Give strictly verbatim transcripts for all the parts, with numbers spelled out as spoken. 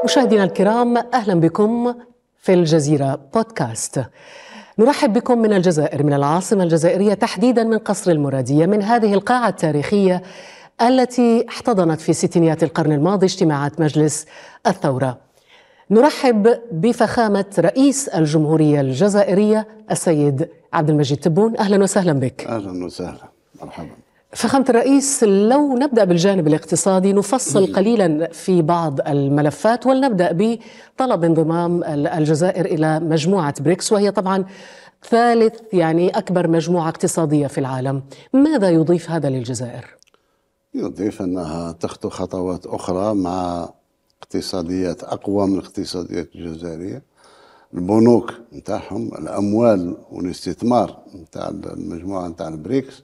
مشاهدينا الكرام، أهلا بكم في الجزيرة بودكاست. نرحب بكم من الجزائر، من العاصمة الجزائرية تحديدا، من قصر المرادية، من هذه القاعة التاريخية التي احتضنت في ستينيات القرن الماضي اجتماعات مجلس الثورة. نرحب بفخامة رئيس الجمهورية الجزائرية السيد عبد المجيد تبون. أهلا وسهلا بك. أهلا وسهلا، مرحبا. فخامة الرئيس، لو نبدأ بالجانب الاقتصادي نفصل قليلا في بعض الملفات، ولنبدأ بطلب انضمام الجزائر إلى مجموعة بريكس، وهي طبعا ثالث يعني أكبر مجموعة اقتصادية في العالم. ماذا يضيف هذا للجزائر؟ يضيف أنها تخطو خطوات أخرى مع اقتصاديات أقوى من الاقتصاديات الجزائرية. البنوك نتاعهم، الأموال والاستثمار نتاع المجموعة نتاع البريكس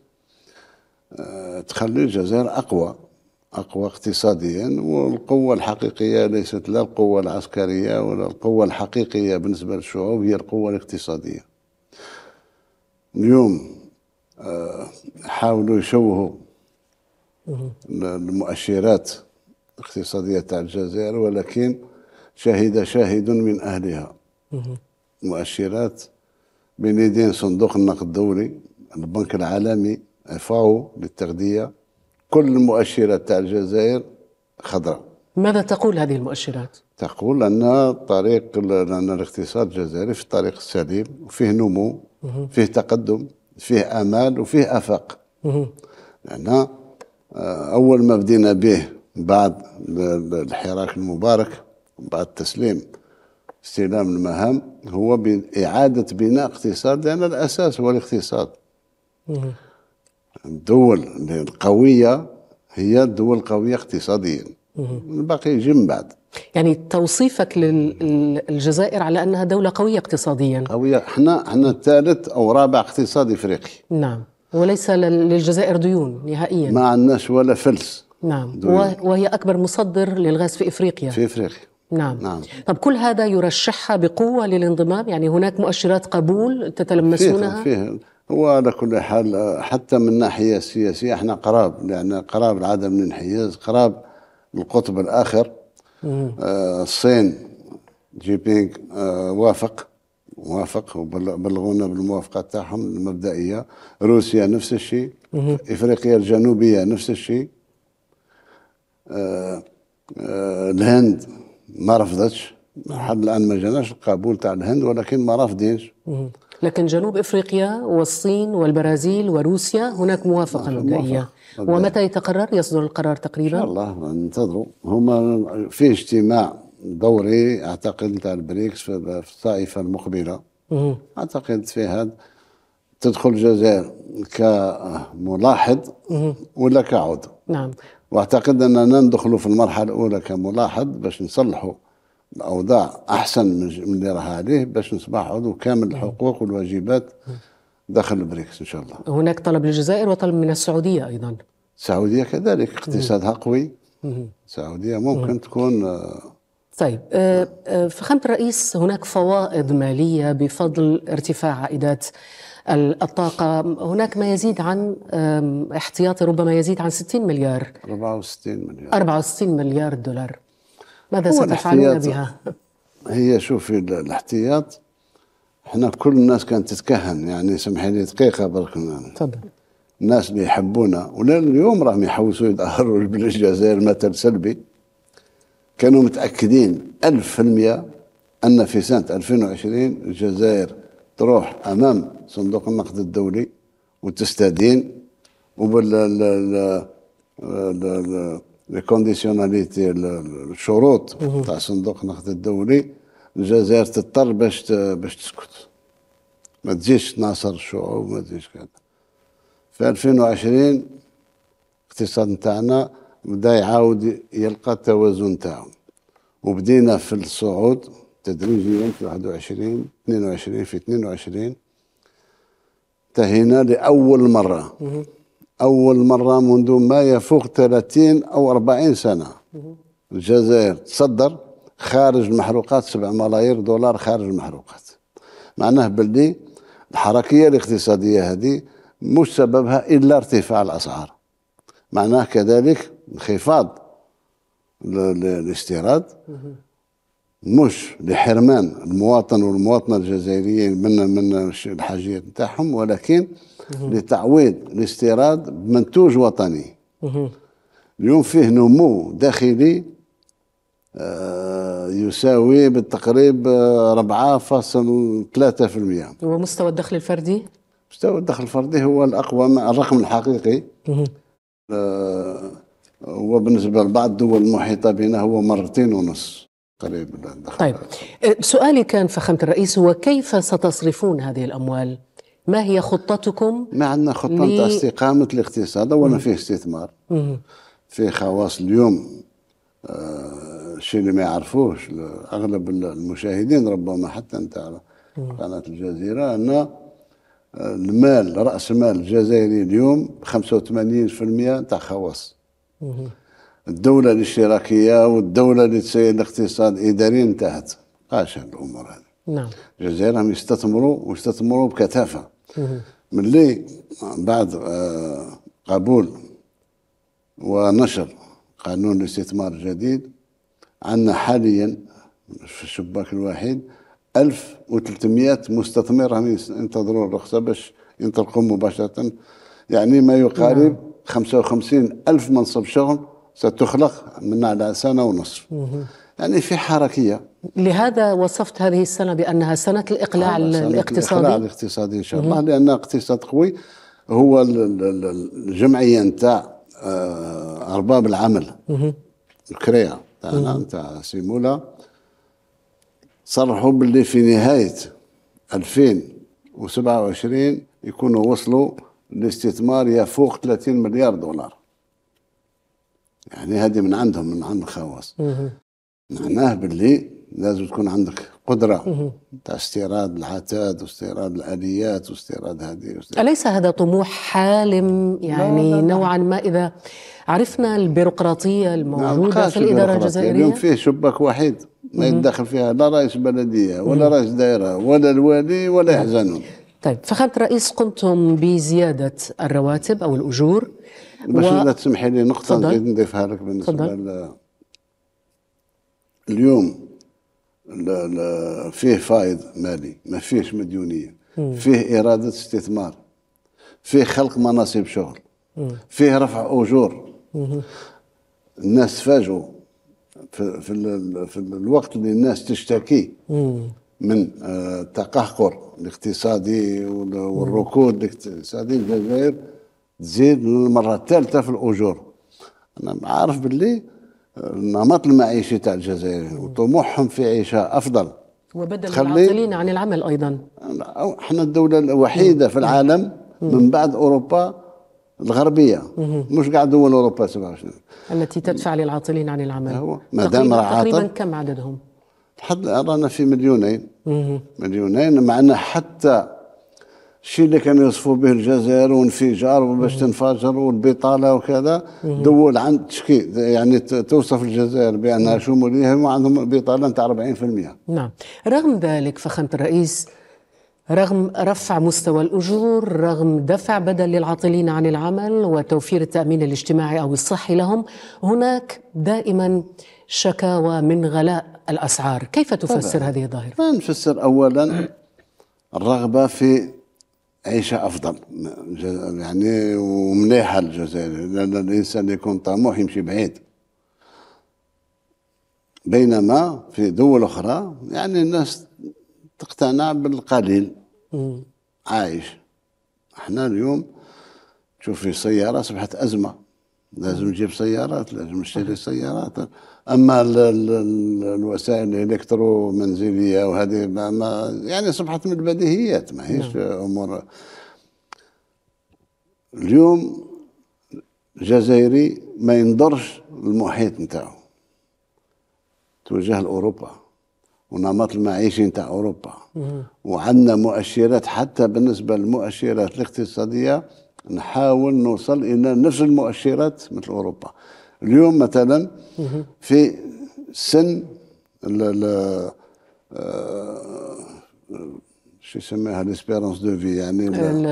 تخلي الجزائر أقوى أقوى اقتصاديا، والقوة الحقيقية ليست لا القوة العسكرية ولا القوة الحقيقية بالنسبة للشعوب، هي القوة الاقتصادية. اليوم حاولوا يشوهوا المؤشرات الاقتصادية تاع الجزائر، ولكن شهد شاهد من أهلها. مؤشرات بين يدين صندوق النقد الدولي، البنك العالمي، فاو للتغذية، كل المؤشرات تاع الجزائر خضراء. ماذا تقول هذه المؤشرات؟ تقول أن طريق أن الاقتصاد الجزائري في الطريق السليم، وفيه نمو، فيه تقدم، فيه آمال، وفيه آفاق. لأن أول ما بدينا به بعد الحراك المبارك، بعد تسليم استلام المهام، هو بإعادة بناء اقتصاد، لأن الأساس هو الاقتصاد. الدول القوية هي الدول قوية اقتصاديا، الباقي يجي من بعد. يعني توصيفك للجزائر على أنها دولة قوية اقتصاديا. قوية، احنا احنا الثالث أو رابع اقتصاد إفريقي. نعم، وليس للجزائر ديون نهائيا. ما عندناش ولا فلس. نعم، ديون. وهي أكبر مصدر للغاز في إفريقيا. في إفريقيا. نعم. نعم. طب كل هذا يرشحها بقوة للانضمام؟ يعني هناك مؤشرات قبول تتلمسونها؟ فيه, فيه. هو على كل حال حتى من الناحية السياسية احنا قراب، لأن قراب العدم من الانحياز، قراب القطب الآخر. آه الصين جي بينغ آه وافق وافق وبلغونا بالموافقة تاعهم المبدئية. روسيا نفس الشيء. إفريقيا الجنوبية نفس الشيء. آه آه الهند ما رفضتش، لحد الآن ما جاناش القبول تاع الهند، ولكن ما رافضينش. لكن جنوب إفريقيا والصين والبرازيل وروسيا هناك موافقة مبدئية. ومتى يتقرر، يصدر القرار تقريبا؟ إن شاء الله ننتظروا. هما في اجتماع دوري أعتقد تاع البريكس في الطائفة المقبلة. مه. أعتقد في هذا تدخل الجزائر كملاحظ ولا كعضو. نعم. وأعتقد أننا ندخلوا في المرحلة الأولى كملاحظ باش نصلحوا الأوضاع أحسن من اللي راها عليه، باش نصبح عضو كامل الحقوق والواجبات داخل البريكس إن شاء الله. هناك طلب للجزائر وطلب من السعودية أيضا. السعودية كذلك اقتصادها قوي. السعودية ممكن مم. تكون. طيب، فخامة الرئيس، هناك فوائد مالية بفضل ارتفاع عائدات الطاقة. هناك ما يزيد عن احتياطي ربما يزيد عن ستين مليار. أربعة وستين مليار. أربعة وستين مليار دولار. ماذا ستفعلون بها؟ هي شوفي الاحتياط، احنا كل الناس كانت تتكهن، يعني سمحي لي دقيقة برك. تفضل. الناس اللي يحبونا ولا اليوم راهم يحوسوا يظهروا بالجزائر مثل سلبي، كانوا متأكدين ألف في المئة أن في سنة ألفين وعشرين الجزائر تروح أمام صندوق النقد الدولي وتستدين، وبال الكونديشناليتي الشروط تاع صندوق النقد الدولي الجزائر تضطر باش باش تسكت، ما تجيش تناصر الشعوب، ما تجيش كذا. في ألفين وعشرين الاقتصاد نتاعنا بدا يعاود يلقى التوازن تاعو، وبدينا في الصعود تدريجيا في واحد وعشرين اثنين وعشرين. في اثنين وعشرين انتهينا لأول مرة أول مرة منذ ما يفوق ثلاثين أو أربعين سنة الجزائر تصدر خارج المحروقات سبع ملايير دولار خارج المحروقات. معناه باللي الحركية الاقتصادية هذه مش سببها إلا ارتفاع الأسعار، معناه كذلك انخفاض الاستيراد مش لحرمان المواطن والمواطنة الجزائريين من من الحاجيات نتاعهم، ولكن لتعويض الاستيراد بمنتوج وطني. اليوم فيه نمو داخلي يساوي بالتقريب أربعة فاصلة ثلاثة بالمئة. ومستوى الدخل الفردي؟ مستوى الدخل الفردي هو الأقوى، الرقم الحقيقي وبالنسبة لبعض الدول المحيطة بنا هو مرتين ونص قريب. طيب، سؤالي كان فخامة الرئيس هو كيف ستصرفون هذه الأموال؟ ما هي خطتكم؟ ما عندنا خطة ل... استقامة الاقتصاد. أولا فيه استثمار، فيه خواص. اليوم آه الشيء اللي ما يعرفوش أغلب المشاهدين ربما حتى أنت قناة الجزيرة، أن المال رأس المال الجزائري اليوم خمسة وثمانين بالمئة تاع خواص. الدولة الاشتراكية والدولة اللي تسير الاقتصاد إداريا انتهت، قاشة الأمور هذه. نعم. الجزائر هم يستثمروا ويستثمروا بكثافة. من اللي بعد آه قبول ونشر قانون الاستثمار الجديد، عندنا حاليا في الشباك الواحد ألف وثلاثمئة مستثمر هم ينتظرون الرخصة باش ينطلقوا مباشرة، يعني ما يقارب نعم. خمسة وخمسين ألف منصب شغل ستخلق من على سنة ونصف. يعني في حركية. لهذا وصفت هذه السنة بأنها سنة الإقلاع الاقتصادي. الإقلاع الاقتصادي إن شاء الله، لأن اقتصاد قوي هو الجمعية نتاع أرباب العمل الكريا تاعنا نتاع سيمولا صرحوا باللي في نهاية ألفين وسبعة وعشرين يكونوا وصلوا لاستثمار يفوق ثلاثين مليار دولار. يعني هذه من عندهم، من عند الخواص. معناه باللي لازم تكون عندك قدرة تاع استيراد العتاد واستيراد الآليات واستيراد هذه واستيراد. أليس هذا طموح حالم يعني لا لا لا. نوعا ما إذا عرفنا البيروقراطية الموجودة في الإدارة الجزائرية؟ اليوم فيه شباك وحيد ما يتدخل فيها لا رئيس بلدية ولا رئيس دائرة ولا الوالي ولا يحزنون. طيب، فخامة الرئيس قمتم بزيادة الرواتب أو الأجور. باش و... تسمحي لي نقطة نريد نضيفها لك بالنسبة ل... اليوم لا لا فيه فائض مالي، ما فيهش مديونية، مم. فيه إرادة استثمار، فيه خلق مناصب شغل، مم. فيه رفع أجور. مم. الناس تفاجئوا في, في, في الوقت اللي الناس تشتكي مم. من التقهقر الاقتصادي والركود الاقتصادي، الجزائر تزيد للمرة الثالثة في الأجور. أنا عارف باللي النمط المعيشي تاع الجزائر وطموحهم في عيشة أفضل وبدل العاطلين عن العمل أيضا. احنا الدولة الوحيدة في العالم من بعد أوروبا الغربية، مش قاع دول أوروبا سبعة وعشرين التي تدفع للعاطلين عن العمل. هو ما دام راه عاطل. تقريبا كم عددهم؟ حد رانا في مليونين. مليونين، مع أن حتى الشيء اللي كانوا يوصفوا به الجزائر وانفجار وباش تنفجر والبطاله وكذا، دول عند تشكي يعني توصف الجزائر بانها شموليه، هم عندهم بطاله نتاع أربعين بالمئة. نعم، رغم ذلك فخامه الرئيس، رغم رفع مستوى الاجور، رغم دفع بدل للعاطلين عن العمل وتوفير التامين الاجتماعي او الصحي لهم، هناك دائما شكاوى من غلاء الاسعار. كيف تفسر طبعا هذه الظاهره؟ نفسر اولا الرغبه في عيشة أفضل يعني ومليحة الجزائر، لأن الإنسان يكون طموح يمشي بعيد، بينما في دول أخرى يعني الناس تقتنع بالقليل عايش. احنا اليوم تشوف في سيارة أصبحت أزمة، لازم نجيب سيارات، لازم نشتري سيارات. أما ال ال الوسائل الإلكترو منزلية وهذه ما يعني أصبحت من البديهيات، ما هيش أمور. اليوم الجزائري ما ينظرش المحيط نتاعو، توجه لأوروبا ونمط المعيشي نتاع أوروبا، وعندنا مؤشرات حتى بالنسبة للمؤشرات الاقتصادية نحاول نوصل إلى نفس المؤشرات مثل أوروبا. اليوم مثلا في سن ال شو يسميها الاسبيرونس دو في، يعني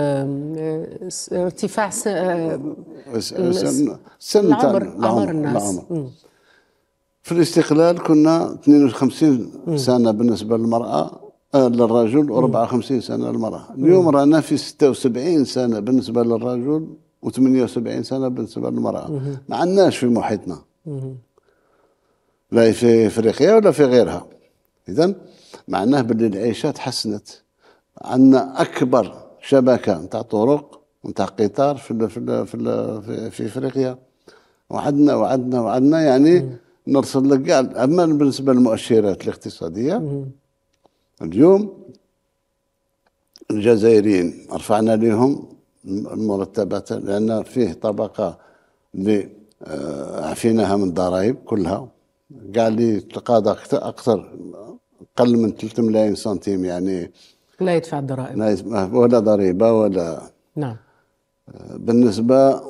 ارتفاع سن العمر، عمر الناس. في الاستقلال كنا اثنين وخمسين سنة بالنسبة للمرأة آه للرجل وأربعة وخمسين سنة للمرأة. اليوم رانا في ستة وسبعين سنة بالنسبة للرجل وثمانية وسبعين سنة بالنسبة للمرأة. ما عندناش في محيطنا لا في افريقيا ولا في غيرها. اذا معناه باللي العيشه تحسنت. عندنا اكبر شبكه نتاع طرق ونتاع قطار في ال في ال في, ال في, في افريقيا. وعدنا وعدنا وعدنا يعني نرسل لك كاع. اما بالنسبه للمؤشرات الاقتصاديه اليوم الجزائريين رفعنا لهم المرتبات لان فيه طبقه اللي عفيناها من الضرائب كلها. كاع اللي تقاضى اكثر اقل من ثلاثة ملايين سنتيم يعني لا يدفع الضرائب لا ولا ضريبه ولا. نعم. بالنسبه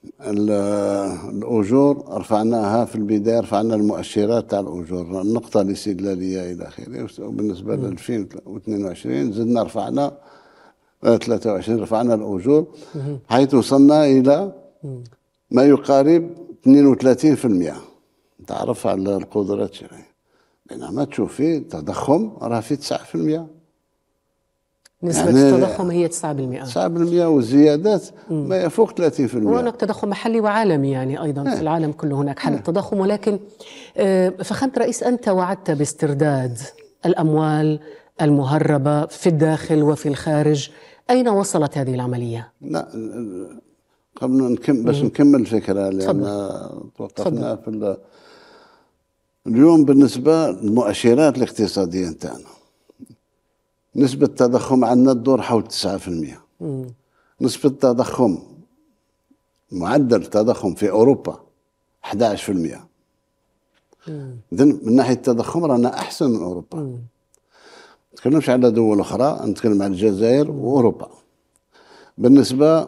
الاجور رفعناها في البدايه، رفعنا المؤشرات تاع الاجور، النقطه الاستدلاليه الى اخره. وبالنسبه ل ألفين واثنين وعشرين زدنا رفعنا ثلاثة وعشرين رفعنا الاجور حيث وصلنا الى ما يقارب اثنين وثلاثين بالمئة. تعرف على القدرات الشرائية. بينما تشوفي التضخم راه في تسعة بالمئة. نسبة يعني التضخم هي تسعة بالمئة. تسعة بالمئة والزيادات ما يفوق ثلاثين بالمئة. وهناك تضخم محلي وعالمي يعني أيضا اه. في العالم كله هناك حالة اه. تضخم. ولكن فخامة رئيس أنت وعدت باسترداد الأموال المهربة في الداخل وفي الخارج. أين وصلت هذه العملية؟ لا قبل نكمل باش نكمل الفكرة لأن توقفنا في اليوم. بالنسبة للمؤشرات الاقتصادية نتاعنا نسبة التضخم عندنا تدور حول تسعة بالمئة. نسبة التضخم معدل التضخم في أوروبا أحد عشر بالمئة. إذن من ناحية التضخم رانا أحسن من أوروبا. ما نتكلمش على دول أخرى، نتكلم على الجزائر وأوروبا. بالنسبة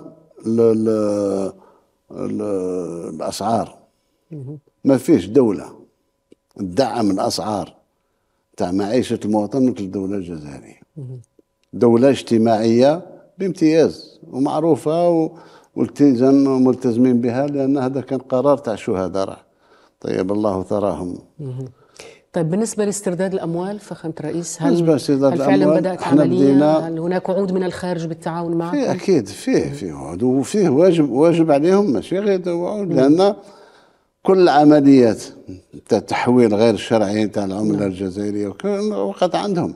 للأسعار ما فيش دولة تدعم الأسعار تاع معيشة المواطن مثل الدولة الجزائرية. دولة اجتماعية بامتياز ومعروفة والتزام وملتزمين بها لأن هذا كان قرار تاع الشهداء راه طيب الله ثراهم. طيب بالنسبة لاسترداد الأموال فخامة الرئيس هل, هل فعلا بدأت عملية؟ هل هناك وعود من الخارج بالتعاون معكم؟ فيه أكيد فيه فيه وعود وفيه واجب واجب عليهم ماشي غير وعود. لأن كل عمليات التحويل غير الشرعي تاع العملة الجزائرية وقت عندهم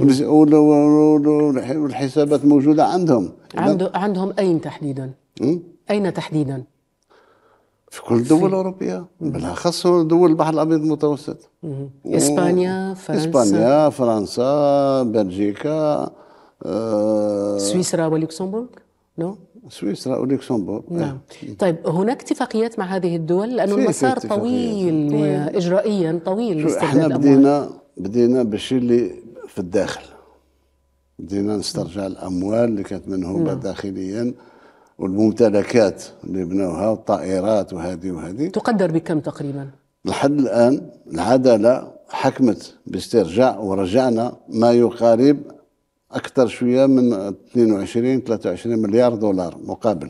والحسابات موجودة عندهم. عنده عندهم أين تحديدا؟ م? أين تحديدا؟ في كل الدول الأوروبية بالأخص دول البحر الأبيض المتوسط. إسبانيا، فرنسا إسبانيا، فرنسا، بلجيكا، آه سويسرا ولوكسمبورغ؟ نو؟ سويسرا ولوكسمبورغ. نعم. طيب هناك اتفاقيات مع هذه الدول لأنه المسار طويل, طويل إجرائيا طويل. احنا بدينا بدينا بالشيء اللي في الداخل. بدينا نسترجع الأموال اللي كانت منهوبة داخليا والممتلكات اللي بنوها والطائرات وهذه وهذه. تقدر بكم تقريبا؟ لحد الآن العدالة حكمت باسترجاع ورجعنا ما يقارب أكثر شوية من اثنين وعشرين ثلاثة وعشرين مليار دولار مقابل.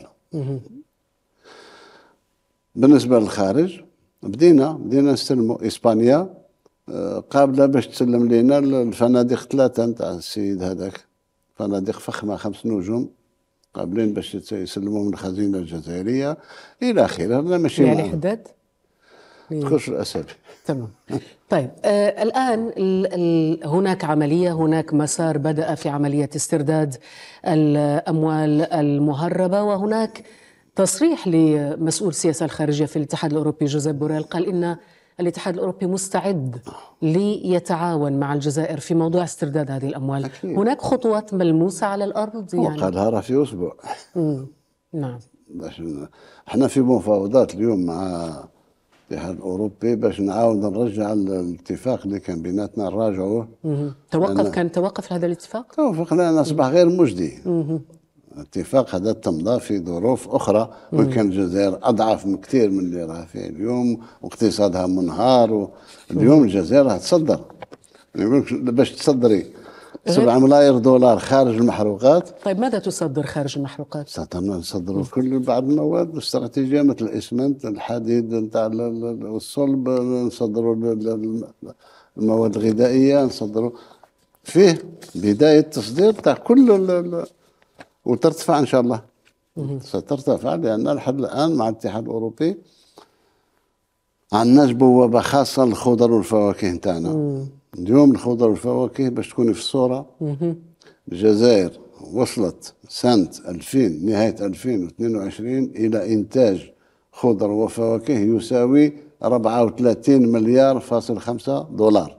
بالنسبة للخارج بدينا بدينا نستلموا. إسبانيا قابلة باش تسلم لنا الفنادق ثلاثة نتاع السيد هذاك، فنادق فخمة خمس نجوم قابلين باش يسلموا من الخزينة الجزائرية إلى آخره. هذا ماشي يعني حداد تخش الأسابيع. تمام. طيب آه الآن ال ال هناك عملية، هناك مسار بدأ في عملية استرداد الأموال المهربة، وهناك تصريح لمسؤول السياسة الخارجية في الاتحاد الأوروبي جوزيف بوريل قال إن الاتحاد الأوروبي مستعد ليتعاون مع الجزائر في موضوع استرداد هذه الأموال. أكيد. هناك خطوات ملموسة على الأرض يعني؟ قالها راه في أسبوع. نعم. احنا في مفاوضات اليوم مع الاتحاد الأوروبي باش نعاود نرجع الاتفاق اللي كان بيناتنا نراجعوه. توقف كان توقف هذا الاتفاق؟ توقف لأن أصبح غير مجدي. الاتفاق هذا تمضى في ظروف أخرى وكان الجزائر أضعف من كثير من اللي راه فيه اليوم واقتصادها منهار. واليوم الجزائر راه تصدر. يقول لك باش تصدري سبعة ملايير دولار خارج المحروقات. طيب ماذا تصدر خارج المحروقات؟ استطعنا نصدروا كل بعض المواد الاستراتيجية مثل الإسمنت، الحديد نتاع الصلب، نصدروا المواد الغذائية، نصدروا فيه بداية تصدير تاع كل ال وترتفع إن شاء الله. سترتفع لأن لحد الآن مع الاتحاد الأوروبي عندناش بوابة خاصة للخضر والفواكه نتاعنا. اليوم الخضر والفواكه باش تكوني في الصورة، الجزائر وصلت سنة ألفين نهاية ألفين واثنين وعشرين إلى إنتاج خضر وفواكه يساوي أربعة وثلاثين مليار فاصل خمسة دولار.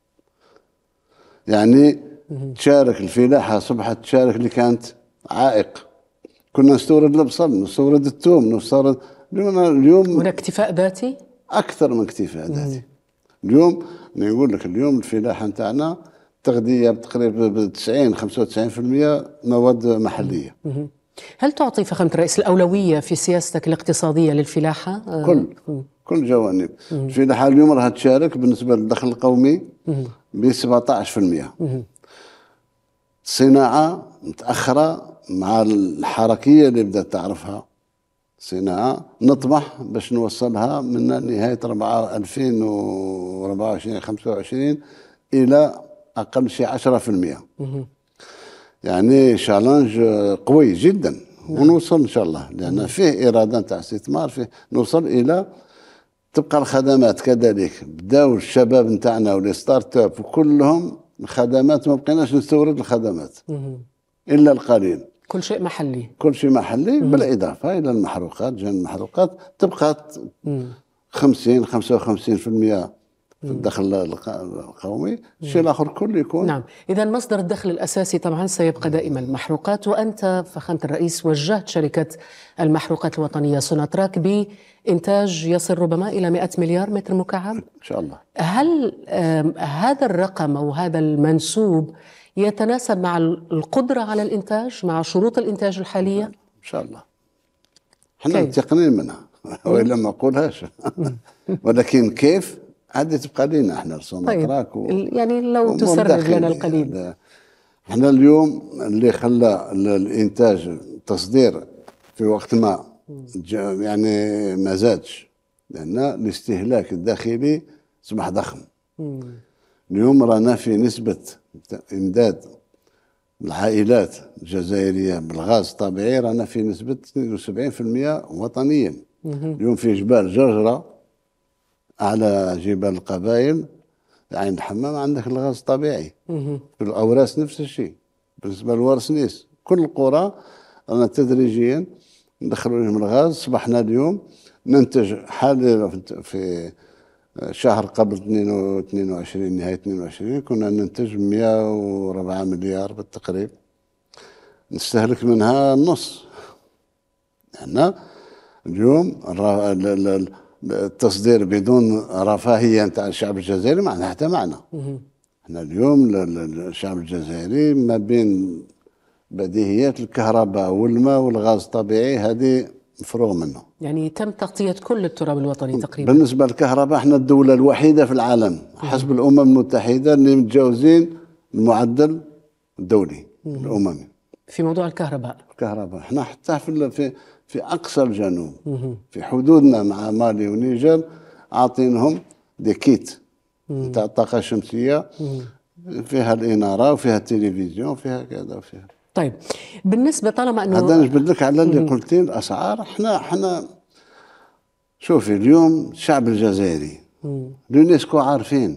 يعني تشارك الفلاحة صبحت تشارك اللي كانت عائق. كنا نستورد البصل، نستورد الثوم، نستورد اليوم هناك اكتفاء ذاتي أكثر من اكتفاء ذاتي. اليوم نقول لك اليوم الفلاحة نتاعنا تغذية تقريبا ب تسعين خمسة وتسعين بالمئة مواد محلية. هل تعطي فخامة الرئيس الأولوية في سياستك الاقتصادية للفلاحة؟ كل كل جوانب. الفلاحة اليوم راها تشارك بالنسبة للدخل القومي ب سبعة عشر بالمئة. الصناعة متأخرة مع الحركية اللي بدأت تعرفها. صناعة نطمح باش نوصلها من نهاية ألفين وأربعة وعشرين خمسة وعشرين إلى أقل شيء عشرة بالمئة. يعني شالنج قوي جدا. ونوصل إن شاء الله لأن فيه إرادة تاع استثمار، فيه نوصل إلى تبقى الخدمات كذلك. بداو الشباب نتاعنا واللي ستارت اب وكلهم خدمات، ما بقيناش نستورد الخدمات إلا القليل. كل شيء محلي، كل شيء محلي بالإضافة إلى المحروقات. جان المحروقات تبقى خمسين خمسة وخمسين بالمئة في الدخل القومي. الشيء الآخر كله يكون نعم. إذا مصدر الدخل الأساسي طبعا سيبقى دائما المحروقات. وأنت فخامة الرئيس وجهت شركة المحروقات الوطنية سوناتراك بإنتاج يصل ربما إلى مئة مليار متر مكعب إن شاء الله. هل هذا الرقم أو هذا المنسوب يتناسب مع القدرة على الإنتاج، مع شروط الإنتاج الحالية؟ إن شاء الله. احنا متيقنين منها وإلا ما أقولهاش. ولكن كيف هذه تبقى لنا احنا سوناتراك. طيب. و... يعني لو تسرد لنا القليل. احنا اليوم اللي خلى الإنتاج التصدير في وقت ما يعني ما زادش لأن الاستهلاك الداخلي أصبح ضخم. مم. اليوم رانا في نسبة إمداد العائلات الجزائرية بالغاز الطبيعي رانا في نسبة اثنين وسبعين بالمئة وطنيا. اليوم في جبال جرجرة على جبال القبائل عين الحمام عندك الغاز الطبيعي. في الأوراس نفس الشيء. بالنسبة لورسنيس كل القرى رانا تدريجيا ندخلوا لهم الغاز. صبحنا اليوم ننتج حاليا في شهر قبل اثنين وعشرين نهاية اثنين وعشرين كنا ننتج مئة وأربعة مليار بالتقريب، نستهلك منها النص. يعني اليوم التصدير بدون رفاهية نتاع الشعب الجزائري ما عندها حتى معنى. احنا اليوم الشعب الجزائري ما بين بديهيات الكهرباء والماء والغاز الطبيعي هذه مفروغ منه. يعني تم تغطية كل التراب الوطني تقريبا. بالنسبة للكهرباء احنا الدولة الوحيدة في العالم حسب الأمم المتحدة اللي متجاوزين المعدل الدولي الأممي في موضوع الكهرباء. الكهرباء احنا حتى في في في أقصى الجنوب في حدودنا مع مالي ونيجر عاطينهم دي كيت نتاع الطاقة الشمسية فيها الإنارة وفيها التلفزيون وفيها كذا وفيها. طيب بالنسبة طالما أنه هذا نجبد لك على اللي قلتي الأسعار. احنا احنا شوفي اليوم الشعب الجزائري اليونسكو عارفين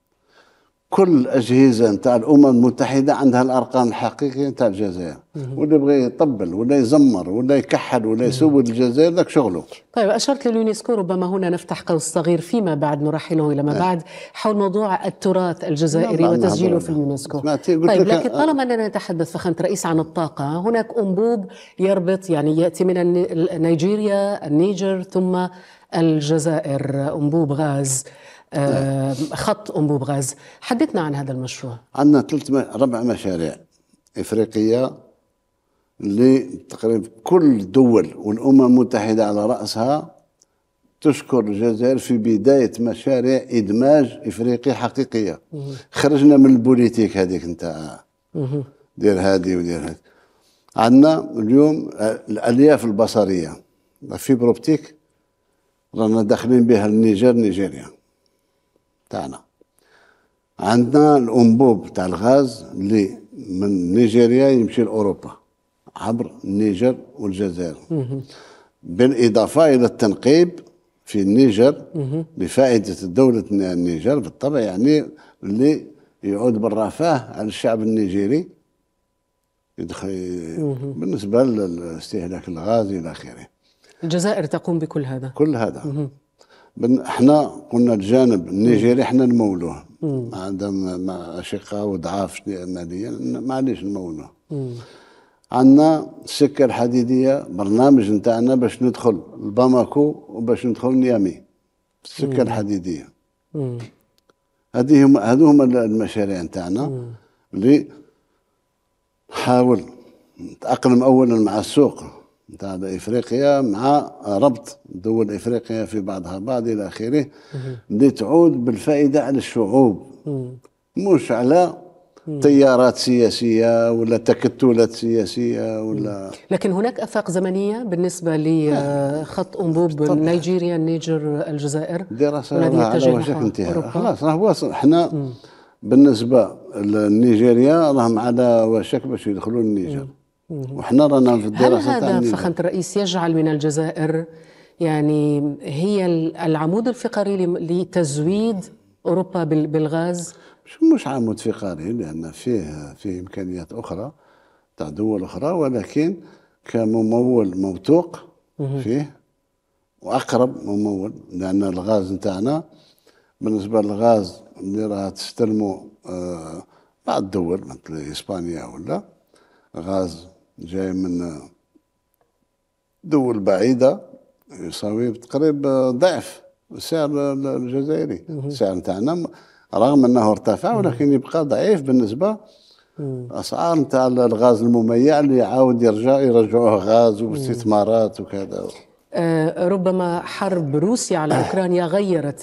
كل الأجهزة نتاع الأمم المتحدة عندها الأرقام الحقيقية نتاع الجزائر. واللي يبغي يطبل ولا يزمر ولا يكحل ولا يسود الجزائر ذاك شغله. طيب أشرت لليونسكو، ربما هنا نفتح قوس صغير فيما بعد نرحله إلى ما بعد حول موضوع التراث الجزائري وتسجيله في اليونسكو. طيب لكن طالما أننا نتحدث فخامة رئيس عن الطاقة، هناك أنبوب يربط يعني يأتي من نيجيريا النيجر ثم الجزائر، أنبوب غاز آه خط أنبوب غاز. حدثنا عن هذا المشروع. عندنا ثلاث ربع مشاريع إفريقية اللي تقريبا كل الدول والأمم المتحدة على رأسها تشكر الجزائر في بداية مشاريع إدماج إفريقي حقيقية. خرجنا من البوليتيك هذيك نتاع دير هادي ودير هادي. عندنا اليوم الالياف البصريه الفيبر اوبتيك رانا داخلين بها النيجر نيجيريا تاعنا. عندنا الانبوب تاع الغاز اللي من نيجيريا يمشي لاوروبا عبر النيجر والجزائر، بالاضافه الى التنقيب في النيجر لفائده الدوله النيجر بالطبع، يعني اللي يعود بالرفاه على الشعب النيجيري يدخل بالنسبه لاستهلاك الغاز الى اخره. الجزائر تقوم بكل هذا كل هذا احنا قلنا الجانب النيجيري احنا نمولوه، ما عندهم اشقاء وضعاف ماليا معليش نمولوه. عندنا السكه الحديديه برنامج نتاعنا باش ندخل لباماكو وباش ندخل نيامي، السكه الحديديه. هذه هم هذو هما المشاريع نتاعنا اللي نحاول نتاقلم اولا مع السوق نتاع افريقيا، مع ربط دول افريقيا في بعضها بعض الى اخره، اللي تعود بالفائده على الشعوب مش على تيارات سياسيه ولا تكتلات سياسيه ولا. لكن هناك افاق زمنيه بالنسبه لخط انبوب نيجيريا النيجر الجزائر، دراسه على وشك انتهاء خلاص. راهو احنا بالنسبه لنيجيريا راهم على وشك باش يدخلوا النيجر، وحنا رانا في الدراسه. هل هذا فخامة الرئيس يجعل من الجزائر يعني هي العمود الفقري لتزويد اوروبا بالغاز؟ مش مش عمود فقري، لان فيه فيه امكانيات اخرى تاع دول اخرى، ولكن كممول موثوق فيه واقرب ممول، لان الغاز نتاعنا بالنسبه للغاز اللي راه تستلموا آه بعض الدول مثل اسبانيا ولا غاز جاي من دول بعيده يساوي تقريبا ضعف السعر الجزائري. السعر نتاعنا رغم انه ارتفع ولكن يبقى ضعيف بالنسبه اسعار نتاع الغاز المميع اللي يعاود يرجع يرجعوه غاز واستثمارات وكذا. آه ربما حرب روسيا على اوكرانيا غيرت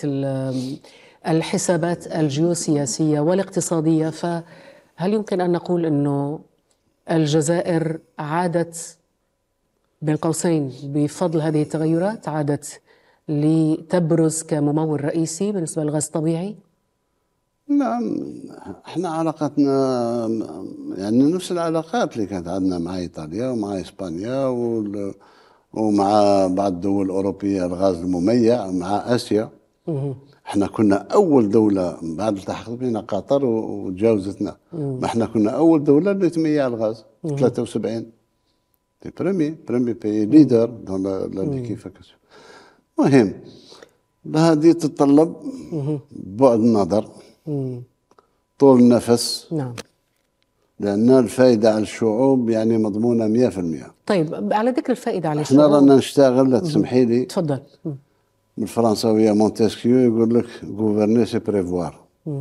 الحسابات الجيوسياسيه والاقتصاديه، فهل يمكن ان نقول انه الجزائر عادت بين قوسين بفضل هذه التغيرات عادت لتبرز كممول رئيسي بالنسبه للغاز الطبيعي؟ نعم، احنا علاقتنا يعني نفس العلاقات اللي كانت عندنا مع ايطاليا ومع اسبانيا ومع بعض الدول الاوروبيه الغاز المميع، مع اسيا. احنا كنا اول دوله بعد التحقت بنا قطر وتجاوزتنا، ما احنا كنا اول دوله اللي تميع الغاز ثلاثة وسبعين. بريمي بريمي بي ليدر دون لا كيفاش. المهم هذه تتطلب بعد النظر، طول النفس. نعم، لأن الفائدة على الشعوب يعني مضمونة مئة في المئة. طيب على ذكر الفائدة على الشعوب، احنا رانا نشتغل، لا تسمحي لي. تفضل. بالفرنساوية مونتسكيو يقول لك غوفرني سي بريفوار،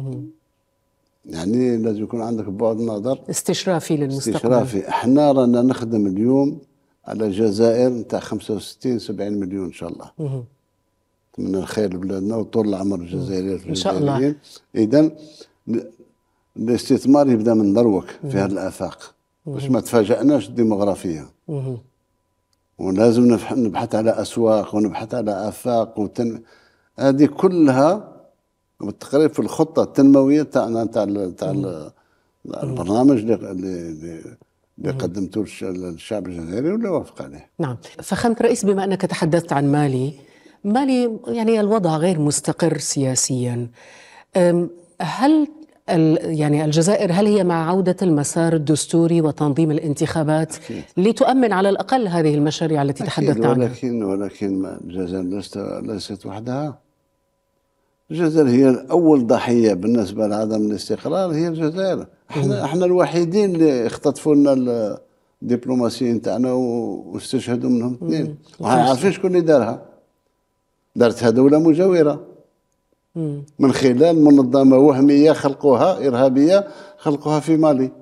يعني لازم يكون عندك بعد نظر استشرافي للمستقبل. استشرافي. احنا رانا نخدم اليوم على جزائر نتاع خمسة وستين سبعين مليون ان شاء الله. مه. من الخير لبلادنا وطول العمر الجزائريين ان شاء الله. اذا الاستثمار يبدا من دروك في هذه الافاق باش ما تفاجئناش الديموغرافيه. مه. ولازم نبحث على اسواق ونبحث على افاق وتن... هذه كلها بالتقريب في الخطه التنمويه تاعنا تاع تاع البرنامج اللي اللي, اللي قدمته للشعب الجزائري واللي وافق عليه. نعم، فخامة الرئيس، بما انك تحدثت عن مالي، مالي يعني الوضع غير مستقر سياسيا، هل يعني الجزائر هل هي مع عودة المسار الدستوري وتنظيم الانتخابات أكيد. لتؤمن على الأقل هذه المشاريع التي تحدثت عنها؟ ولكن ولكن الجزائر ليست ليست وحدها. الجزائر هي أول ضحية بالنسبة لعدم الاستقرار، هي الجزائر. احنا احنا الوحيدين اللي اختطفوا لنا الدبلوماسيين تاعنا واستشهدوا منهم اثنين، وما عارفين شكون اللي دارها. دارتها دولة مجاورة من خلال منظمة وهمية خلقوها إرهابية خلقوها في مالي.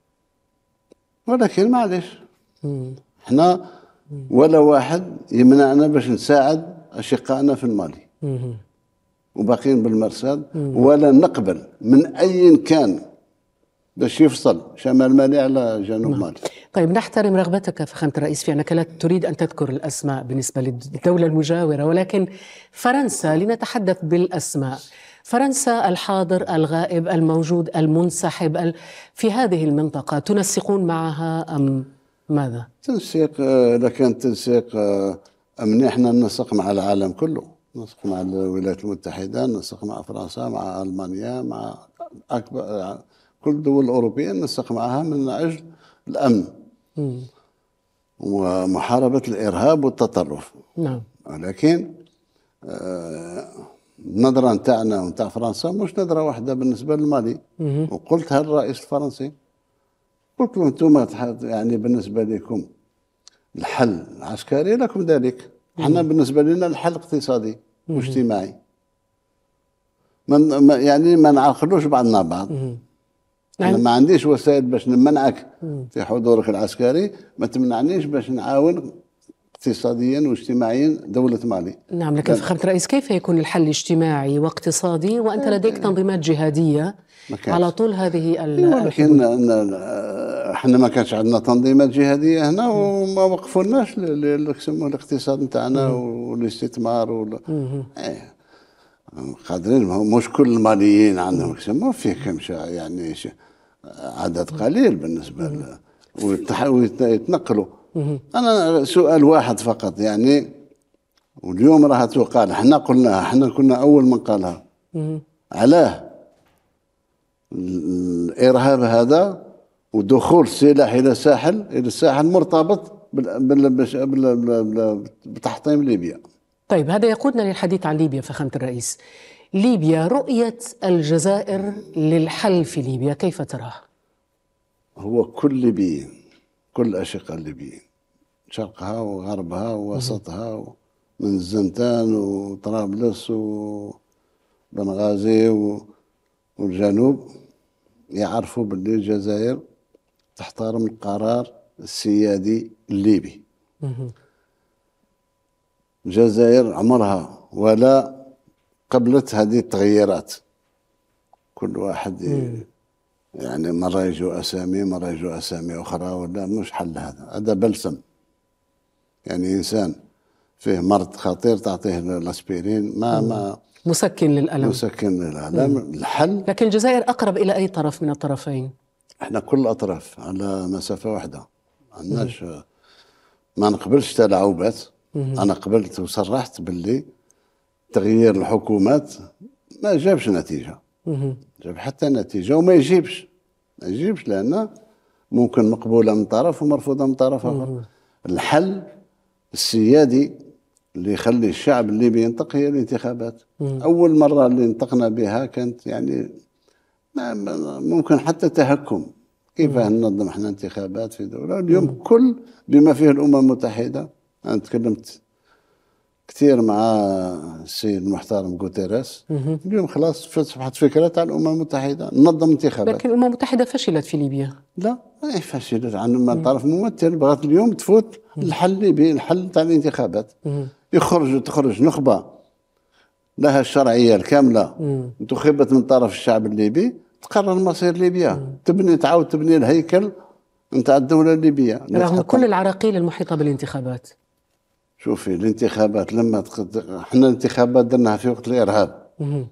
ولكن معلش احنا ولا واحد يمنعنا باش نساعد أشقائنا في المالي وباقين بالمرصاد، ولا نقبل من أي كان باش يفصل شمال مالي على جنوب نعم. مالي. طيب نحترم رغبتك فخامة الرئيس في أنك لا تريد أن تذكر الأسماء بالنسبة للدولة المجاورة، ولكن فرنسا، لنتحدث بالأسماء، فرنسا الحاضر الغائب الموجود المنسحب في هذه المنطقة، تنسقون معها أم ماذا؟ تنسيق، لكن تنسيق أمني. احنا ننسق مع العالم كله، ننسق مع الولايات المتحدة، ننسق مع فرنسا، مع ألمانيا، مع أكبر كل الدول الأوروبية ننسق معها من أجل الأمن م. ومحاربة الإرهاب والتطرف. نعم. ولكن النظرة آه نتاعنا ونتاع فرنسا مش نظرة واحدة بالنسبة للمالي. م. وقلتها للرئيس الفرنسي، قلت له أنتم يعني بالنسبة لكم الحل العسكري لكم ذلك، احنا بالنسبة لنا الحل اقتصادي واجتماعي. من يعني ما نعقلوش بعضنا بعض. أنا ما عنديش وسائل باش نمنعك في حضورك العسكري، ما تمنعنيش باش نعاون اقتصاديا واجتماعيا دولة مالي. نعم، لكن فخامة الرئيس كيف يكون الحل اجتماعي واقتصادي وأنت لديك تنظيمات جهادية على طول هذه الحدود؟ لكن احنا ما كانش عندنا تنظيمات جهادية هنا وما وقفولناش الاقتصاد نتاعنا والاستثمار وال... ايه. قادرين، مش كل الماليين عندهم ما فيه كم يعني عدد قليل بالنسبة له ويتنقلوا. أنا سؤال واحد فقط يعني، واليوم راح تقال، احنا قلناها، احنا كنا أول من قالها، علاه الإرهاب هذا ودخول السلاح إلى الساحل إلى الساحل مرتبط بتحطيم ليبيا. طيب هذا يقودنا للحديث عن ليبيا فخامة الرئيس. ليبيا، رؤية الجزائر للحل في ليبيا كيف تراه؟ هو كل ليبي، كل أشقاء الليبيين، شرقها وغربها ووسطها، من الزنتان وطرابلس وبنغازي والجنوب، يعرفوا باللي الجزائر تحترم القرار السيادي الليبي. الجزائر عمرها ولا قبلت هذه التغييرات. كل واحد يعني مرة يجوا أسامي، مرة يجوا أسامي أخرى، ولا مش حل هذا، هذا بلسم. يعني إنسان فيه مرض خطير تعطيه الأسبرين ما ما مسكن للألم، مسكن للألم. الحل، لكن الجزائر أقرب إلى أي طرف من الطرفين؟ احنا كل الأطراف على مسافة واحدة، عندناش ما نقبلش تلاعبات. أنا قبلت وصرحت باللي تغيير الحكومات ما جابش نتيجة، جاب حتى نتيجة وما يجيبش ما يجيبش لأن ممكن مقبولة من طرف ومرفوضة من طرف آخر. الحل السيادي اللي يخلي الشعب الليبي ينطق هي الانتخابات. أول مرة اللي انطقنا بها كانت يعني ممكن حتى تهكم، كيف ننظم احنا انتخابات في دولة اليوم كل بما فيه الأمم المتحدة. أنا تكلمت كثير مع السيد المحترم غوتيريس، اليوم خلاص فتحت فكرة على الأمم المتحدة ننظم انتخابات. لكن الأمم المتحدة فشلت في ليبيا. لا ما فشلت، عن من طرف ممثل بغت اليوم تفوت الحل الليبي، الحل تاع الانتخابات. يخرج تخرج نخبة لها الشرعية الكاملة انتخبت من طرف الشعب الليبي، تقرر مصير ليبيا، تبني تعاود تبني الهيكل نتاع الدولة الليبية رغم كل العراقيل المحيطة بالانتخابات. شوفي الانتخابات لما تقد... احنا الانتخابات درناها في وقت الارهاب.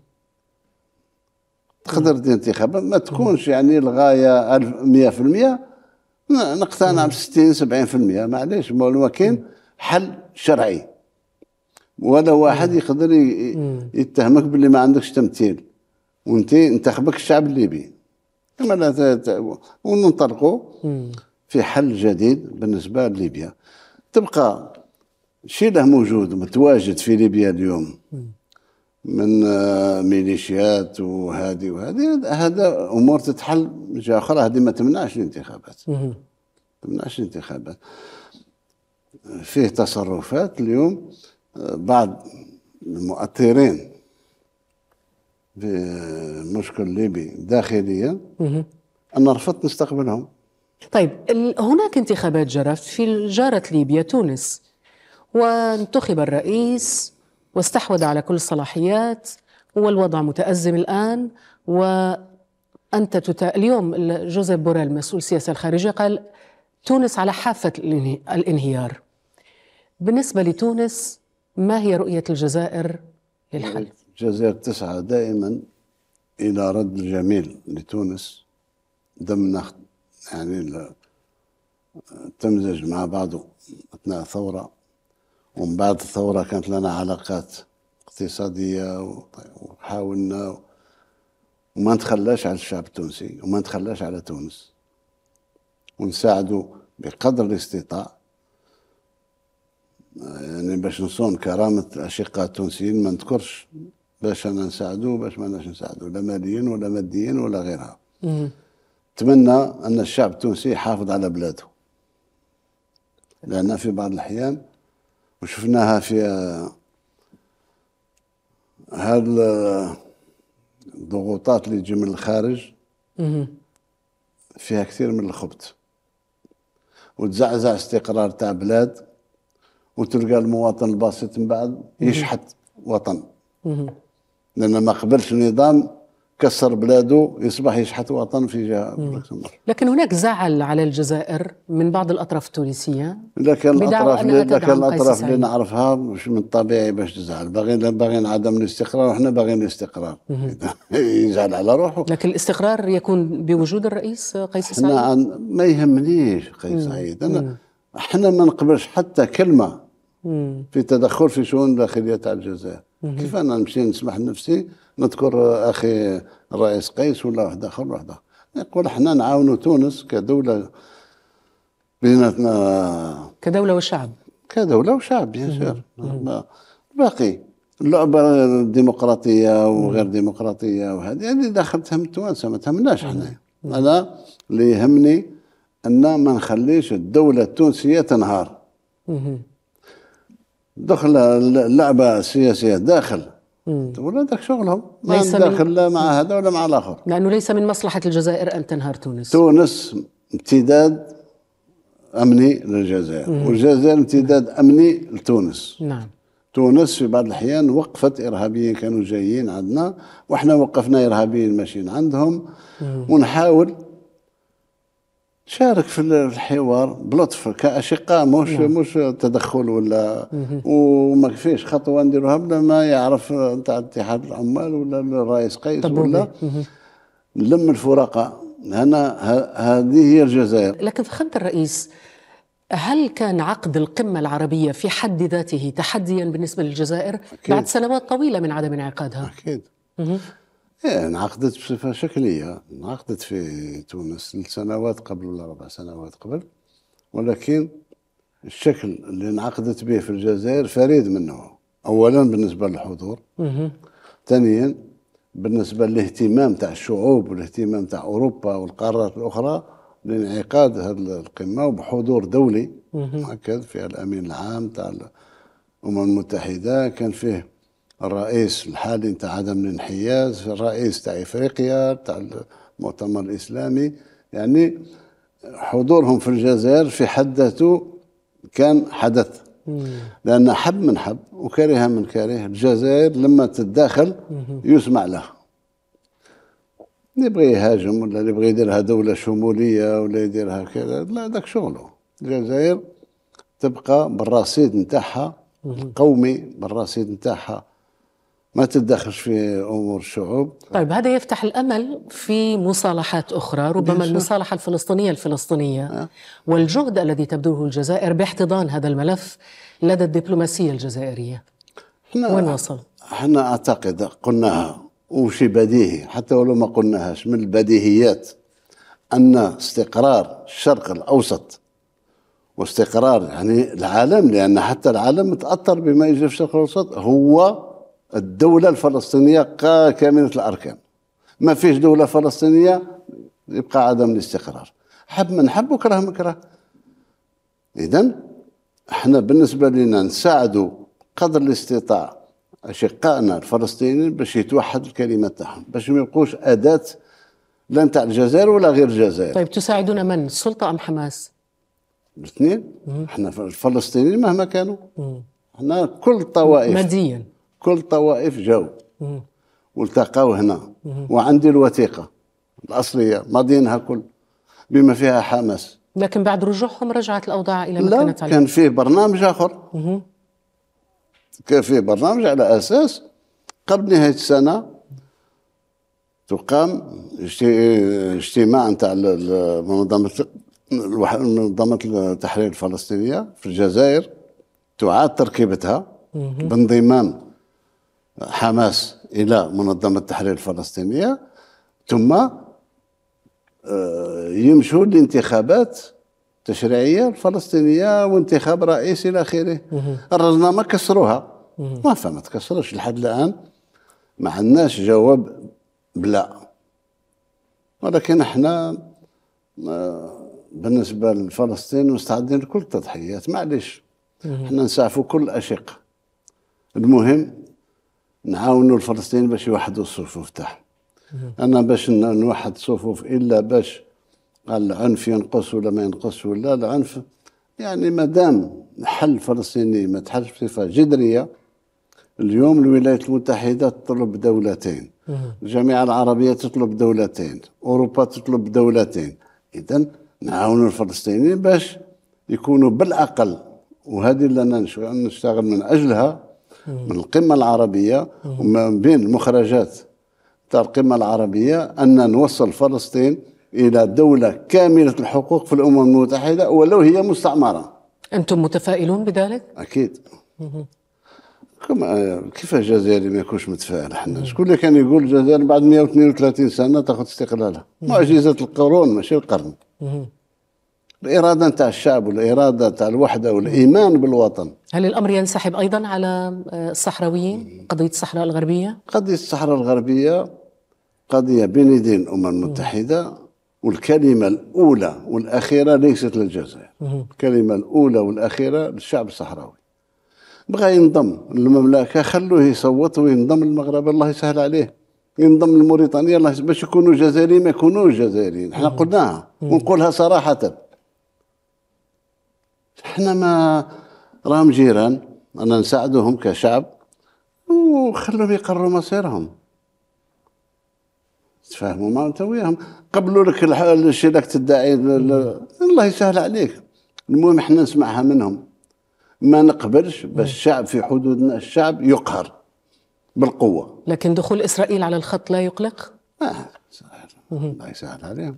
تقدر دير انتخابات ما تكونش يعني الغايه مئة في المئة، نقتنع ب ستين سبعين في المئة معليش، ما كاين حل شرعي ولا واحد يقدر يتهمك باللي ما عندكش تمثيل وانت انتخبك الشعب الليبي. كما لا وننطلقوا في حل جديد بالنسبه لليبيا. تبقى شيء له موجود متواجد في ليبيا اليوم من ميليشيات وهذه وهذه، هذا امور تتحل من جهه اخرى. هذه ما تمنعش الانتخابات، ما تمنعش الانتخابات. فيه تصرفات اليوم بعض المؤثرين في المشكل الليبي داخليا انا رفضت نستقبلهم. طيب هناك انتخابات جرت في جارة ليبيا تونس، وانتخب الرئيس واستحوذ على كل الصلاحيات، والوضع متأزم الآن، أنت تتا... اليوم جوزيف بوريل مسؤول السياسة الخارجية قال تونس على حافة الانهيار. بالنسبة لتونس ما هي رؤية الجزائر للحل؟ الجزائر تسعى دائما إلى رد الجميل لتونس ضمن يعني تمزج مع بعضه أثناء الثورة، ومن بعد الثورة كانت لنا علاقات اقتصادية وحاولنا وما نتخلاش على الشعب التونسي وما نتخلاش على تونس، ونساعده بقدر الاستطاع يعني باش نصون كرامة الأشقاء التونسيين. ما نذكرش باش أنا نساعدوه باش ما ناش نساعدوه لا ماليا ولا ماديا ولا غيرها. أتمنى أن الشعب التونسي يحافظ على بلاده، لأن في بعض الأحيان وشفناها في هذه الضغوطات اللي تجي من الخارج فيها كثير من الخبث، وتزعزع استقرار تاع بلاد، وتلقى المواطن البسيط من بعد يشحت وطن، لأن ما قبلش النظام كسر بلاده يصبح يشحت وطن في جهة. لكن هناك زعل على الجزائر من بعض الأطراف التونسية، لكن الأطراف اللي لكن الأطراف اللي نعرفها مش من الطبيعي باش تزعل. باغيين باغيين عدم الاستقرار وإحنا باغيين الاستقرار. يزعل على روحه. لكن الاستقرار يكون بوجود الرئيس قيس سعيد. ما يهمنيش قيس سعيد، أنا احنا ما نقبلش حتى كلمة مم. في تدخل في شؤون داخلية تاع الجزائر. كيف أنا نمشي نسمح لنفسي نذكر أخي الرئيس قيس ولا واحد آخر واحد آخر، نقول احنا نعاونوا تونس كدولة بيناتنا، كدولة وشعب كدولة وشعب ياسر. باقي اللعبة الديمقراطية وغير ديمقراطية وهذه يعني داخل تهم التوانسة ما تهمناش احنا. أنا اللي يهمني أن ما نخليش الدولة التونسية تنهار. دخل اللعبة السياسية داخل ولا ذاك شغلهم، ما داخل لا مع هذا ولا مع الآخر، لأنه ليس من مصلحة الجزائر أن تنهار تونس. تونس امتداد أمني للجزائر، والجزائر امتداد أمني لتونس. نعم. تونس في بعض الأحيان وقفت إرهابيين كانوا جايين عندنا، وإحنا وقفنا إرهابيين ماشيين عندهم، مم. ونحاول شارك في الحوار بلطف كأشقاء، مش نعم. مش تدخل ولا مم. وما فيش خطوة نديروها بلا ما يعرف نتاع اتحاد العمال ولا الرئيس قيس ولا نلم الفرقاء. هنا هذه هي الجزائر. لكن فخامة الرئيس، هل كان عقد القمة العربية في حد ذاته تحديا بالنسبة للجزائر أكيد. بعد سنوات طويلة من عدم انعقادها؟ أكيد. إيه انعقدت بصفة شكلية، انعقدت في تونس لسنوات قبل ولا ربع سنوات قبل، ولكن الشكل اللي انعقدت به في الجزائر فريد من نوعه. أولا بالنسبة للحضور، ثانيا بالنسبة للاهتمام تاع الشعوب والاهتمام تاع أوروبا والقارات الأخرى لانعقاد هذه القمة وبحضور دولي مؤكد. فيها الأمين العام تاع الأمم المتحدة، كان فيه الرئيس الحالي نتاع عدم الانحياز، الرئيس تاع افريقيا تاع المؤتمر الاسلامي، يعني حضورهم في الجزائر في حد ذاته كان حدث. لان حب من حب وكره من كره، الجزائر لما تتداخل يسمع لها. اللي يبغي يهاجم ولا اللي يبغي يديرها دوله شموليه ولا يديرها كذا، لا ذاك شغله. الجزائر تبقى بالرصيد نتاعها القومي، بالرصيد نتاعها، ما تتدخلش في أمور الشعوب. طيب هذا يفتح الأمل في مصالحات أخرى، ربما المصالحة الفلسطينية الفلسطينية أه؟ والجهد الذي تبذله الجزائر باحتضان هذا الملف لدى الدبلوماسية الجزائرية وين وصل؟ احنا أعتقد قلناها وشي بديهي، حتى ولو ما قلناهاش من البديهيات، أن استقرار الشرق الأوسط واستقرار يعني العالم، لأن حتى العالم متأثر بما يجري في الشرق الأوسط، هو الدولة الفلسطينية كاملة الأركان. ما فيش دولة فلسطينية يبقى عدم الاستقرار، حب من حب وكره من كره. إذن احنا بالنسبة لنا نساعدوا قدر الاستطاع أشقائنا الفلسطينيين باش يتوحد الكلمة تاعهم، باش ما يبقوش أداة لا نتاع الجزائر ولا غير الجزائر. طيب تساعدون من؟ السلطة أم حماس؟ الاثنين. احنا الفلسطينيين مهما كانوا، احنا كل طوائف ماديا، كل طوائف جو والتقاو هنا. وعندي الوثيقة الأصلية ماضينها كل بما فيها حماس. لكن بعد رجوعهم رجعت الأوضاع إلى ما لا كانت عليه. كان فيه برنامج آخر. كان فيه برنامج على أساس قبل نهاية السنة تقام اجتماع نتاع منظمة منظمة التحرير الفلسطينية في الجزائر، تعاد تركيبتها بانضمام حماس إلى منظمة التحرير الفلسطينية، ثم يمشوا لانتخابات تشريعية الفلسطينية وانتخاب رئيس إلى آخره. الرزنة ما كسروها، ما فما تكسرش لحد الآن، ما عندناش جواب بلا. ولكن احنا بالنسبة لفلسطين مستعدين لكل التضحيات، معليش احنا نسعفوا كل الأشقة. المهم نعاونوا الفلسطينيين باش يوحدوا الصفوف تاعهم. أنا باش نوحد صفوف إلا باش قال العنف ينقص ولا ما ينقص، ولا العنف يعني مادام حل فلسطيني ما تحلش بصفة جذرية. اليوم الولايات المتحدة تطلب دولتين، الجامعة العربية تطلب دولتين، أوروبا تطلب دولتين. إذن نعاونوا الفلسطينيين باش يكونوا بالأقل، وهذه اللي أنا نشتغل من أجلها من القمة العربية وما بين المخرجات تاع القمة العربية، أن نوصل فلسطين إلى دولة كاملة الحقوق في الأمم المتحدة ولو هي مستعمرة. أنتم متفائلون بذلك؟ أكيد. كيف الجزائر ما يكونش متفائل؟ احنا شكون اللي كان يقول الجزائر بعد مئة واثنين وثلاثين سنة تاخذ استقلالها؟ معجزة القرون ماشي القرن. الإرادة نتاع الشعب والإرادة نتاع الوحدة والإيمان بالوطن. هل الأمر ينسحب أيضا على الصحراويين؟ قضية الصحراء الغربية؟ قضية الصحراء الغربية قضية بين يدين الأمم المتحدة، والكلمة الأولى والأخيرة ليست للجزائر. الكلمة الأولى والأخيرة للشعب الصحراوي. بغى ينضم للمملكة خلوه يصوت وينضم للمغرب، الله يسهل عليه. ينضم لموريتانيا الله يسهل، باش يكونوا جزائريين ما يكونوش جزائريين. احنا قلناها ونقولها صراحة، احنا ما راهم جيران، أنا نساعدهم كشعب وخلوهم يقرروا مصيرهم. تفاهموا مع انت وياهم، قبلوا لك الشيء لك تدعي الله يسهل عليك. المهم احنا نسمعها منهم، ما نقبلش باش الشعب في حدودنا الشعب يقهر بالقوة. لكن دخول إسرائيل على الخط لا يقلق؟ آه سهل. الله يسهل عليهم.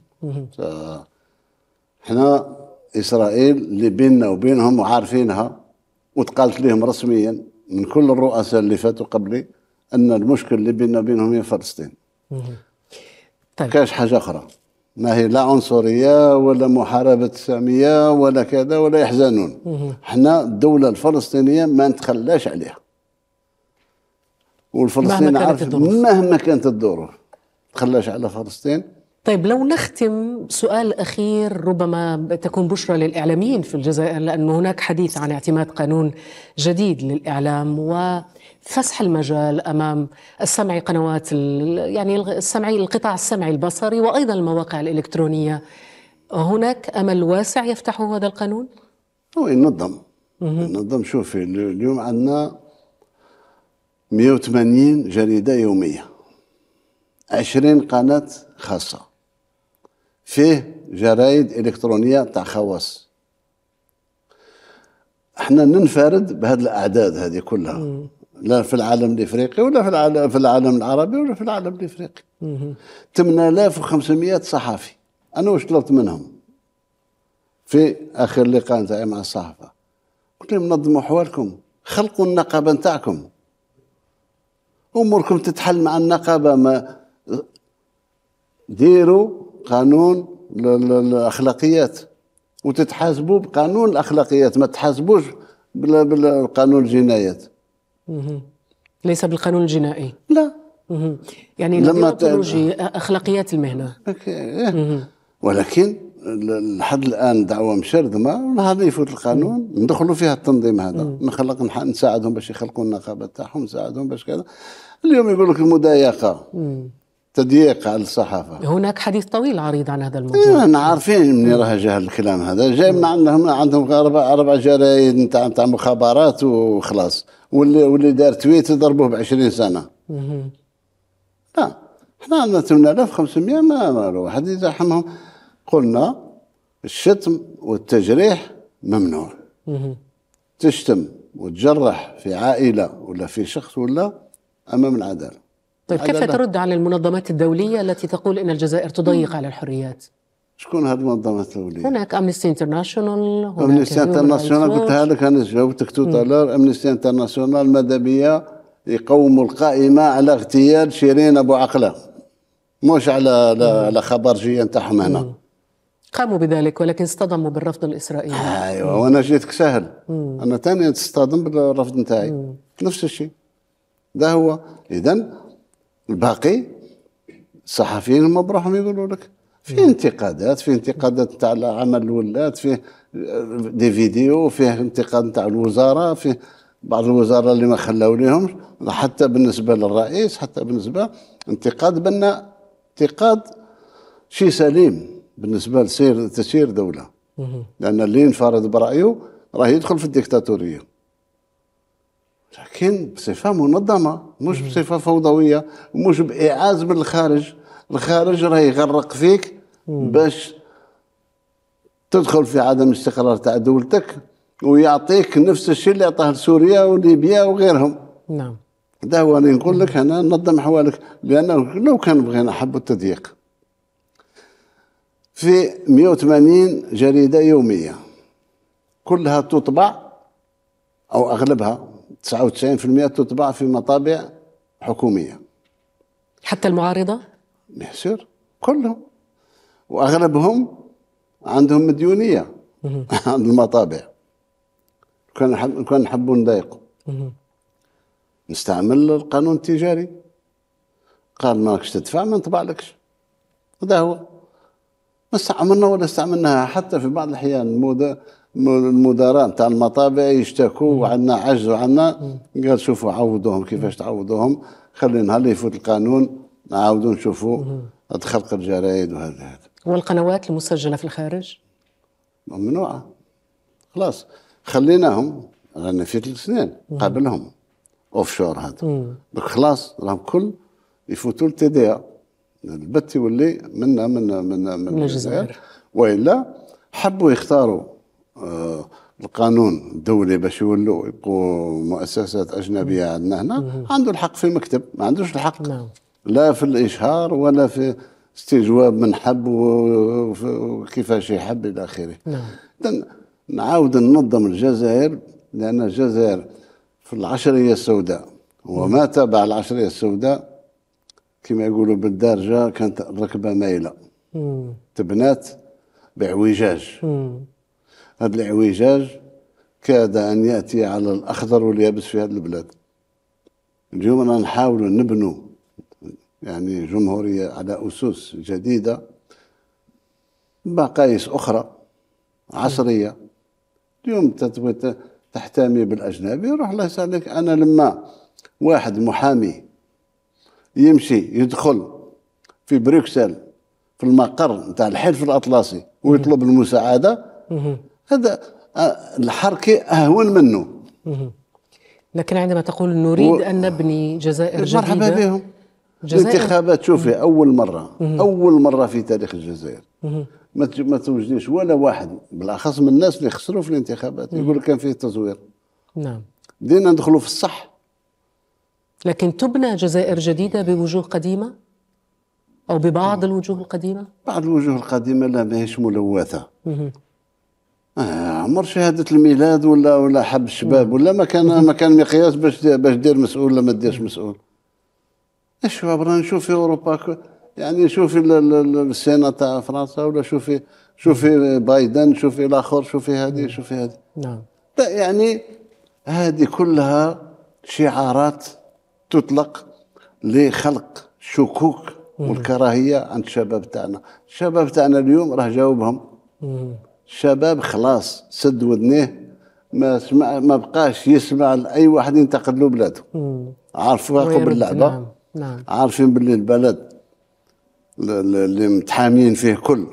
احنا إسرائيل اللي بيننا وبينهم وعارفينها، وتقالت لهم رسميا من كل الرؤساء اللي فاتوا قبلي أن المشكل اللي بيننا وبينهم هي فلسطين. طيب. كاش حاجة أخرى، ما هي لا عنصرية ولا محاربة السامية ولا كذا ولا يحزنون. احنا الدولة الفلسطينية ما نتخلاش عليها، والفلسطينيين عارف مهما كانت الظروف تخلاش على فلسطين. طيب لو نختم سؤال أخير ربما تكون بشرى للإعلاميين في الجزائر، لأن هناك حديث عن اعتماد قانون جديد للإعلام وفسح المجال أمام السمعي قنوات يعني السمعي القطاع السمعي البصري وأيضا المواقع الإلكترونية. هناك أمل واسع يفتحه هذا القانون؟ هو ينظم ينظم. شوفي اليوم عندنا مئة وثمانين جريدة يومية، عشرين قناة خاصة، فيه جرايد إلكترونية تاع خواص. احنا ننفرد بهذه الأعداد هذه كلها. مم. لا في العالم الإفريقي ولا في العالم في العالم العربي ولا في العالم الإفريقي. ثمانية آلاف وخمسمئة صحفي. أنا واش طلبت منهم في آخر لقاء نتاعي مع الصحافة؟ قلت لهم نظموا أحوالكم، خلقوا النقابة نتاعكم، أموركم تتحل مع النقابة. ما ديروا قانون الأخلاقيات وتتحاسبوا بقانون الأخلاقيات، ما تحاسبوش بالقانون الجنايات. ليس بالقانون الجنائي. لا. يعني الديونتولوجي أخلاقيات المهنة. ولكن لحد الآن دعوة مشردمة، هذا يفوت القانون ندخلوا فيها التنظيم هذا، نخلق نساعدهم باش يخلقوا النقابة تاعهم، نساعدهم باش كذا. اليوم يقول لك المضايقة، تضييق على الصحافة. هناك حديث طويل عريض عن هذا الموضوع. احنا عارفين منين راه جاه الكلام هذا، جاي من عندهم عندهم اربع اربع جرايد نتاع نتاع مخابرات وخلاص، واللي واللي دار تويت ضربوه ب عشرين سنة. لا احنا عندنا ثمانية آلاف وخمسمائة ما ما واحد يزاحمهم. قلنا الشتم والتجريح ممنوع. تشتم وتجرح في عائلة ولا في شخص ولا أمام العدالة. طيب كيف العدالة. ترد على المنظمات الدولية التي تقول أن الجزائر تضيق على الحريات؟ شكون هذه المنظمات الدولية؟ هناك أمنستي انترناشونال، هناك أمنستي انترناسيونال، قلتها لك أنا جاوبتك توتالور. أمنستي انترناسيونال ماذا بيا يقوموا القائمة على اغتيال شيرين أبو عقلة، مش على على خبرجية نتاعهم هنا. قاموا بذلك ولكن اصطدموا بالرفض الإسرائيلي. ايوه وانا جيتك سهل. مم. انا ثاني تصطدم بالرفض نتاعي. نفس الشيء ده هو. اذا الباقي الصحفيين هم بروحهم يقولوا لك في مم. انتقادات، في انتقادات نتاع عمل الولاد، فيه دي فيديو، فيه انتقاد نتاع الوزاره، فيه بعض الوزراء اللي ما خلاو ليهمش، حتى بالنسبه للرئيس، حتى بالنسبه انتقاد بنا انتقاد شيء سليم بالنسبه لسير تسيير دوله. لان اللي ينفرد برايه راه يدخل في الديكتاتوريه، لكن بصفه منظمه مش بصفه فوضويه ومش بايعاز من الخارج. الخارج راه يغرق فيك باش تدخل في عدم الاستقرار تاع دولتك ويعطيك نفس الشيء اللي عطاه لسوريا وليبيا وغيرهم. نعم. ده هو اللي نقول لك انا نظم حوالك. لانه لو كان بغينا حبوا التضييق في مئة وثمانين جريدة يومية كلها تطبع أو أغلبها تسعة وتسعين بالمئة تطبع في مطابع حكومية. حتى المعارضة؟ يصير كلهم، وأغلبهم عندهم مديونية عند المطابع. كان حب كان نحبوا نضايقوا نستعمل القانون التجاري. قال ماكش تدفع ما نطبع لكش. هذا هو. ما استعملنا ولا استعملناها. حتى في بعض الأحيان المدراء نتاع المطابع يشتكوا وعندنا عجز وعندنا، قال شوفوا عوضوهم كيفاش تعوضوهم، خلي نهار اللي يفوت القانون نعاودوا نشوفوا خلق الجرائد وهذا هذا. والقنوات المسجلة في الخارج ممنوعة خلاص. خليناهم رانا في ثلاث سنين قابلهم اوف شور هذا خلاص راهم كل يفوتوا التي دي البت يولي منا من من من الجزائر. والا حبوا يختاروا آه القانون الدولي باش يولوا يبقوا مؤسسات اجنبيه عندنا هنا، عنده الحق في المكتب، ما عندوش الحق نعم. لا في الاشهار ولا في استجواب من حب وكيفاش يحب الى اخره. نعم. نعاود ننظم الجزائر، لان الجزائر في العشريه السوداء وما تبع العشريه السوداء كما يقولوا بالدارجة كانت الركبة مايلة، تبنات باعوجاج. هذا الاعوجاج كاد أن يأتي على الأخضر واليابس في هذه البلاد. اليوم أنا نحاول نبنوا يعني جمهورية على أسس جديدة بمقاييس أخرى عصرية. اليوم تحتمي بالأجنبي، روح الله يسألك. أنا لما واحد محامي يمشي يدخل في بروكسل في المقر نتاع الحلف الأطلسي ويطلب المساعدة، هذا الحركة أهون منه. لكن عندما تقول نريد و... أن نبني جزائر جديدة، مرحبا بهم. الانتخابات شوفي أول مرة أول مرة في تاريخ الجزائر ما توجديش ولا واحد بالأخص من الناس اللي خسروا في الانتخابات يقول كان فيه تزوير. نعم. بدينا ندخلوا في الصح. لكن تبنى جزائر جديدة بوجوه قديمة أو ببعض الوجوه القديمة؟ بعض الوجوه القديمة لا ماهيش ملوثة. آه عمر شهادة الميلاد ولا ولا حب الشباب ولا ما كان ما كان مقياس باش باش دير مسؤول ولا ما ديرش مسؤول. الشباب رانا نشوف في أوروبا يعني شوفي السينة تاع فرنسا ولا شوفي شوفي بايدن، شوفي الآخر، شوفي هذه، شوفي هذه. نعم. يعني هذه كلها شعارات تطلق لخلق شكوك والكراهيه عند الشباب تاعنا. الشباب تاعنا اليوم راه جاوبهم. الشباب خلاص سد ودنيه، ما سمع ما بقاش يسمع لاي واحد ينتقد له بلاده. عارفوا عقب اللعبه. نعم. نعم. عارفين باللي البلد اللي متحامين فيه كل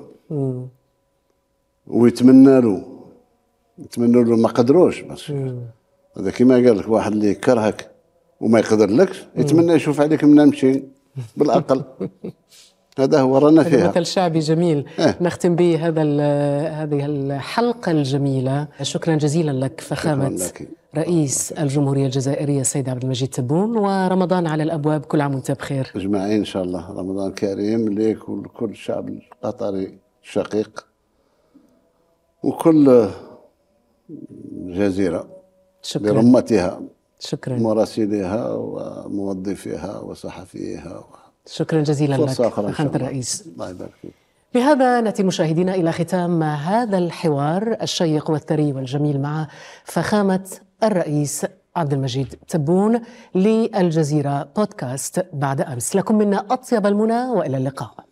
ويتمنى له يتمنى له ما قدروش. بس هذا كما قال لك واحد اللي يكرهك وما يقدر لكش يتمنى يشوف عليك من نمشي بالأقل. هذا هو رانا هذا فيها. مثل شعبي جميل. إيه. نختم به هذا هذه الحلقة الجميلة. شكرا جزيلا لك فخامة لك. رئيس الجمهورية الجزائرية السيد عبد المجيد تبون، ورمضان على الأبواب، كل عام وانت بخير. أجمعين إن شاء الله، رمضان كريم ليك ولكل الشعب القطري الشقيق وكل جزيرة شكرا برمتها، شكرا مراسليها وموظفيها وصحفيها. شكرا جزيلا لك فخامة الرئيس. الله يبارك فيك. بهذا نأتي مشاهدينا إلى ختام هذا الحوار الشيق والثري والجميل مع فخامة الرئيس عبد المجيد تبون للجزيرة بودكاست بعد أمس. لكم منا أطيب المنى وإلى اللقاء.